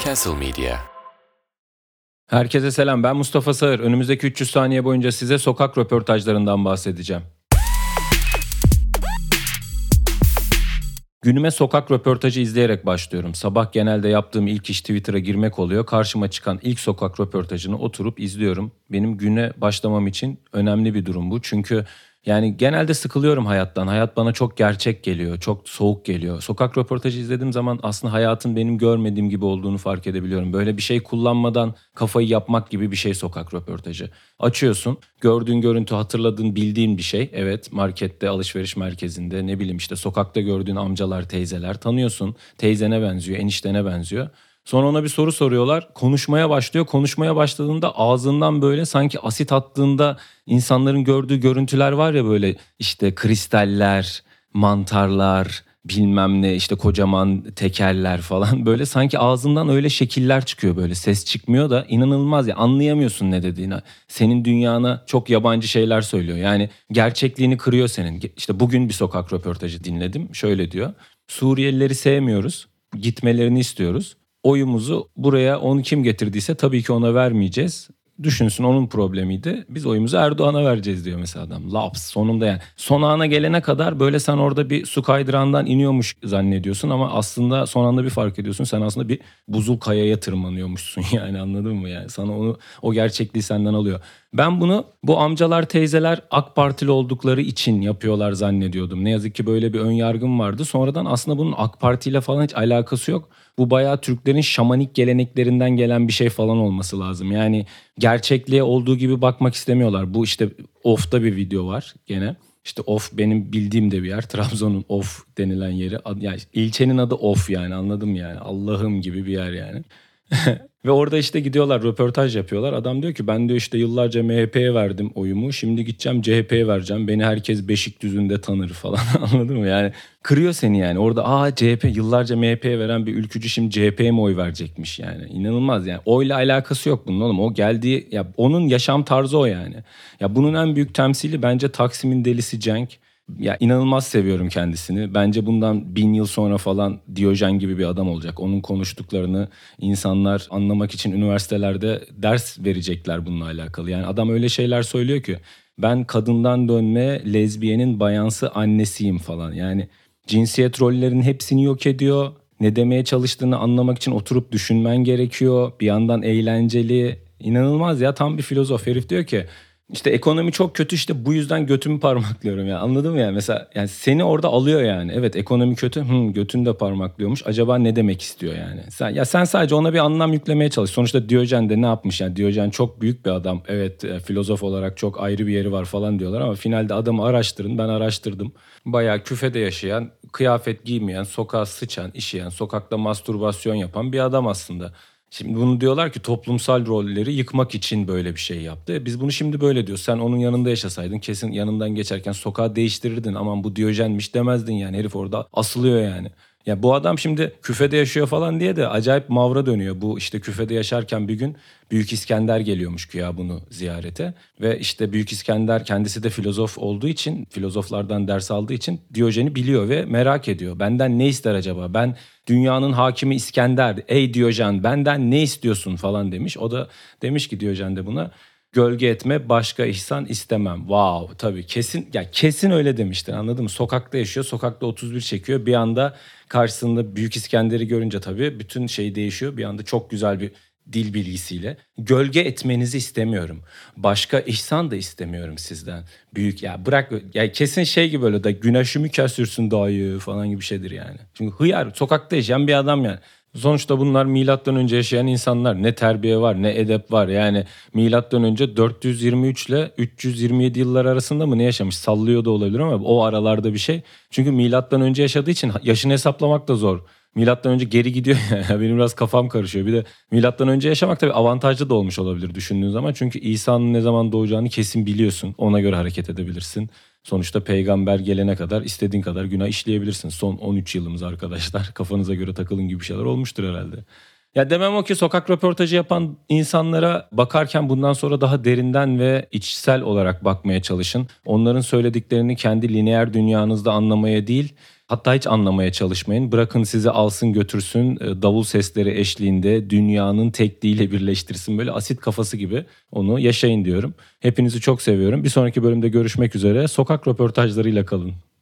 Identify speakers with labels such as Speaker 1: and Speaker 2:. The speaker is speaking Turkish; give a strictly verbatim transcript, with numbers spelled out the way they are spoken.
Speaker 1: Castle Media.
Speaker 2: Herkese selam, ben Mustafa Sağır. Önümüzdeki üç yüz saniye boyunca size sokak röportajlarından bahsedeceğim. Günüme sokak röportajı izleyerek başlıyorum. Sabah genelde yaptığım ilk iş Twitter'a girmek oluyor. Karşıma çıkan ilk sokak röportajını oturup izliyorum. Benim güne başlamam için önemli bir durum bu. Çünkü yani genelde sıkılıyorum hayattan. Hayat bana çok gerçek geliyor, çok soğuk geliyor. Sokak röportajı izlediğim zaman aslında hayatın benim görmediğim gibi olduğunu fark edebiliyorum. Böyle bir şey kullanmadan kafayı yapmak gibi bir şey sokak röportajı. Açıyorsun, gördüğün görüntü, hatırladığın, bildiğin bir şey. Evet, markette, alışveriş merkezinde, ne bileyim işte sokakta gördüğün amcalar, teyzeler tanıyorsun. Teyzene benziyor, eniştene benziyor. Sonra ona bir soru soruyorlar. Konuşmaya başlıyor. Konuşmaya başladığında ağzından böyle sanki asit attığında insanların gördüğü görüntüler var ya, böyle işte kristaller, mantarlar, bilmem ne, işte kocaman tekerler falan, böyle sanki ağzından öyle şekiller çıkıyor, böyle ses çıkmıyor da inanılmaz ya, anlayamıyorsun ne dediğini. Senin dünyana çok yabancı şeyler söylüyor. Yani gerçekliğini kırıyor senin. İşte bugün bir sokak röportajı dinledim. Şöyle diyor. Suriyelileri sevmiyoruz. Gitmelerini istiyoruz. Oyumuzu buraya onu kim getirdiyse tabii ki ona vermeyeceğiz. Düşünsün, onun problemiydi. Biz oyumuzu Erdoğan'a vereceğiz diyor mesela adam. Laps sonunda yani. Son ana gelene kadar böyle sen orada bir su kaydırağından iniyormuş zannediyorsun ama aslında son anda bir fark ediyorsun. Sen aslında bir buzul kayaya tırmanıyormuşsun yani, anladın mı yani? Sana onu, o gerçekliği senden alıyor. Ben bunu bu amcalar teyzeler AK Partili oldukları için yapıyorlar zannediyordum. Ne yazık ki böyle bir ön yargım vardı. Sonradan aslında bunun AK Parti ile falan hiç alakası yok. Bu bayağı Türklerin şamanik geleneklerinden gelen bir şey falan olması lazım. Yani gerçekliğe olduğu gibi bakmak istemiyorlar. Bu işte Of'ta bir video var gene. İşte Of benim bildiğim de bir yer. Trabzon'un Of denilen yeri. Yani ilçenin adı Of, yani anladım yani. Allah'ım gibi bir yer yani. Ve orada işte gidiyorlar, röportaj yapıyorlar. Adam diyor ki ben diyor işte yıllarca M H P'ye verdim oyumu. Şimdi gideceğim C H P'ye vereceğim. Beni herkes Beşikdüzü'nde tanır falan. Anladın mı? Yani kırıyor seni yani. Orada aa C H P, yıllarca M H P'ye veren bir ülkücü şimdi C H P'ye mi oy verecekmiş yani. İnanılmaz yani. Oyla alakası yok bunun oğlum. O geldiği, ya onun yaşam tarzı o yani. Ya bunun en büyük temsili bence Taksim'in delisi Cenk. Ya inanılmaz seviyorum kendisini. Bence bundan bin yıl sonra falan Diyojen gibi bir adam olacak. Onun konuştuklarını insanlar anlamak için üniversitelerde ders verecekler bununla alakalı. Yani adam öyle şeyler söylüyor ki ben kadından dönme lezbiyenin bayansı annesiyim falan. Yani cinsiyet rollerinin hepsini yok ediyor. Ne demeye çalıştığını anlamak için oturup düşünmen gerekiyor. Bir yandan eğlenceli. İnanılmaz ya, tam bir filozof. Herif diyor ki İşte ekonomi çok kötü, işte bu yüzden götümü parmaklıyorum ya. Anladın mı ya? Mesela yani seni orada alıyor yani. Evet, ekonomi kötü. Hı, götünü de parmaklıyormuş. Acaba ne demek istiyor yani? Sen, ya sen sadece ona bir anlam yüklemeye çalış. Sonuçta Diyojen de ne yapmış yani? Diyojen çok büyük bir adam. Evet, e, filozof olarak çok ayrı bir yeri var falan diyorlar ama finalde adamı araştırın. Ben araştırdım. Bayağı küfede yaşayan, kıyafet giymeyen, sokağa sıçan, işeyen, sokakta mastürbasyon yapan bir adam aslında. Şimdi bunu diyorlar ki toplumsal rolleri yıkmak için böyle bir şey yaptı. Biz bunu şimdi böyle diyoruz. Sen onun yanında yaşasaydın kesin yanından geçerken sokağı değiştirirdin. Aman bu Diyojenmiş demezdin yani. Herif orada asılıyor yani. Ya bu adam şimdi küfede yaşıyor falan diye de acayip mavra dönüyor. Bu işte küfede yaşarken bir gün Büyük İskender geliyormuş güya bunu ziyarete. Ve işte Büyük İskender kendisi de filozof olduğu için, filozoflardan ders aldığı için Diyojen'i biliyor ve merak ediyor. Benden ne ister acaba? Ben dünyanın hakimi İskender. Ey Diyojen, benden ne istiyorsun falan demiş. O da demiş ki Diyojen de buna, gölge etme, başka ihsan istemem. Wow, tabii kesin, ya kesin öyle demiştir, anladın mı? Sokakta yaşıyor, sokakta otuz bir çekiyor. Bir anda karşısında Büyük İskender'i görünce tabii bütün şey değişiyor. Bir anda çok güzel bir dil bilgisiyle. Gölge etmenizi istemiyorum. Başka ihsan da istemiyorum sizden. Büyük ya bırak ya, kesin şey gibi öyle da güneşimi kesürsün dayı falan gibi bir şeydir yani. Çünkü hıyar, sokakta yaşayan bir adam yani. Sonuçta bunlar milattan önce yaşayan insanlar. Ne terbiye var, ne edep var. Yani milattan önce dört yüz yirmi üç ile üç yüz yirmi yedi yıllar arasında mı ne yaşamış? Sallıyor da olabilir ama o aralarda bir şey. Çünkü milattan önce yaşadığı için yaşını hesaplamak da zor. Milattan önce geri gidiyor ya. Benim biraz kafam karışıyor. Bir de milattan önce yaşamak tabii avantajlı da olmuş olabilir düşündüğün zaman. Çünkü İsa'nın ne zaman doğacağını kesin biliyorsun. Ona göre hareket edebilirsin. Sonuçta peygamber gelene kadar istediğin kadar günah işleyebilirsin. Son on üç yılımız arkadaşlar. Kafanıza göre takılın gibi şeyler olmuştur herhalde. Ya demem o ki sokak röportajı yapan insanlara bakarken bundan sonra daha derinden ve içsel olarak bakmaya çalışın. Onların söylediklerini kendi lineer dünyanızda anlamaya değil, Hatta hiç anlamaya çalışmayın. Bırakın sizi alsın götürsün, e, davul sesleri eşliğinde dünyanın tekliğiyle birleştirsin. Böyle asit kafası gibi onu yaşayın diyorum. Hepinizi çok seviyorum. Bir sonraki bölümde görüşmek üzere. Sokak röportajlarıyla kalın.